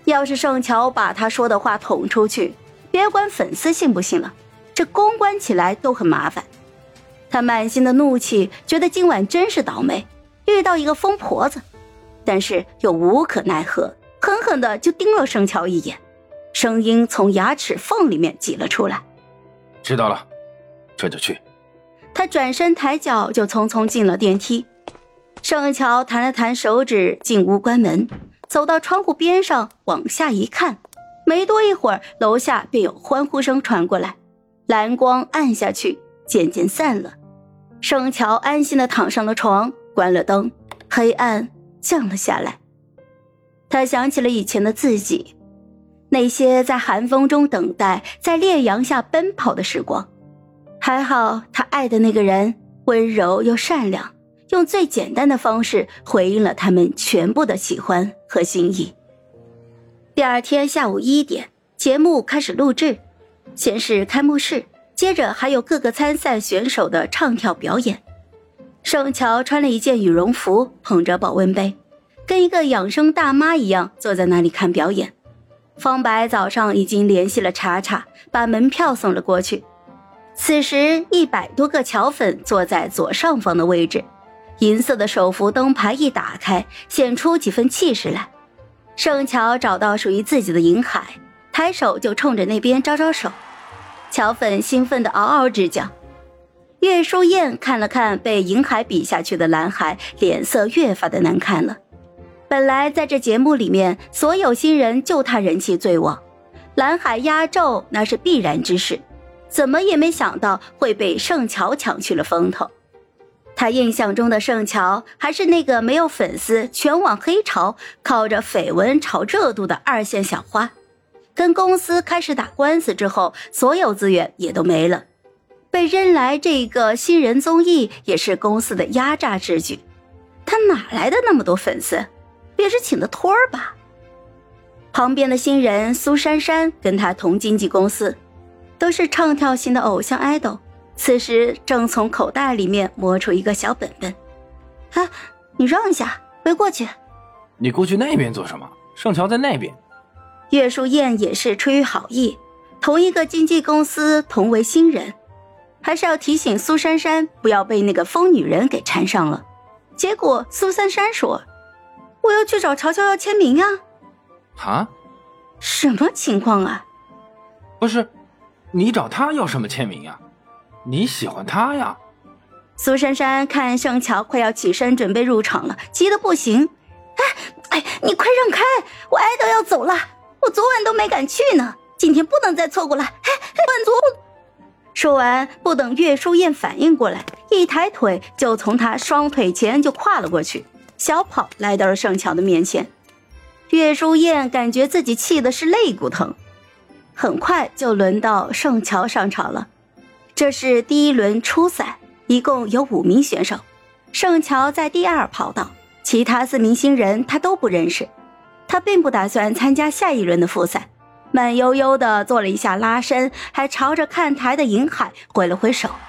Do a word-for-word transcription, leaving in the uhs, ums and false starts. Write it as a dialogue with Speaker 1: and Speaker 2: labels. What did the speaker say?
Speaker 1: 要是盛乔把他说的话捅出去，别管粉丝信不信了，这公关起来都很麻烦。他满心的怒气，觉得今晚真是倒霉，遇到一个疯婆子，但是又无可奈何，狠狠的就盯了盛乔一眼，声音从牙齿缝里面挤了出来。
Speaker 2: 知道了，这就去。
Speaker 1: 他转身抬脚就匆匆进了电梯。盛乔弹了弹手指，进屋关门，走到窗户边上往下一看，没多一会儿，楼下便有欢呼声传过来，蓝光暗下去，渐渐散了。盛乔安心地躺上了床，关了灯，黑暗降了下来。他想起了以前的自己，那些在寒风中等待，在烈阳下奔跑的时光。还好他爱的那个人温柔又善良，用最简单的方式回应了他们全部的喜欢和心意。第二天下午一点，节目开始录制，先是开幕式，接着还有各个参赛选手的唱跳表演。盛乔穿了一件羽绒服，捧着保温杯，跟一个养生大妈一样坐在那里看表演。方白早上已经联系了查查，把门票送了过去。此时一百多个乔粉坐在左上方的位置，银色的手扶灯牌一打开，显出几分气势来。盛乔找到属于自己的银海，抬手就冲着那边招招手。乔粉兴奋地嗷嗷直叫。岳书燕看了看被银海比下去的蓝海，脸色越发的难看了。本来在这节目里面，所有新人就他人气最旺，蓝海压轴那是必然之事，怎么也没想到会被盛乔抢去了风头。他印象中的盛乔还是那个没有粉丝全网黑潮，靠着绯闻炒热度的二线小花。跟公司开始打官司之后，所有资源也都没了，被扔来这个新人综艺也是公司的压榨之举。他哪来的那么多粉丝？便是请的托儿吧。旁边的新人苏珊珊跟他同经纪公司，都是唱跳型的偶像 idol， 此时正从口袋里面摸出一个小本本。啊，你让一下，我过去。
Speaker 2: 你过去那边做什么？盛乔在那边。
Speaker 1: 岳书燕也是出于好意，同一个经纪公司，同为新人，还是要提醒苏珊珊不要被那个疯女人给缠上了。结果苏珊珊说，我要去找乔乔要签名啊。
Speaker 2: 啊？
Speaker 1: 什么情况啊？
Speaker 2: 不是，你找他要什么签名呀？你喜欢他呀？
Speaker 1: 苏珊珊看盛乔快要起身准备入场了，急得不行。哎哎，你快让开，我爱豆要走了，我昨晚都没敢去呢，今天不能再错过了。哎，晚昨说完，不等岳书燕反应过来，一抬腿就从他双腿前就跨了过去，小跑来到了盛乔的面前。岳书燕感觉自己气的是肋骨疼。很快就轮到盛乔上场了。这是第一轮初赛，一共有五名选手。盛乔在第二跑道，其他四名新人他都不认识。他并不打算参加下一轮的复赛，慢悠悠地做了一下拉伸，还朝着看台的银海挥了挥手。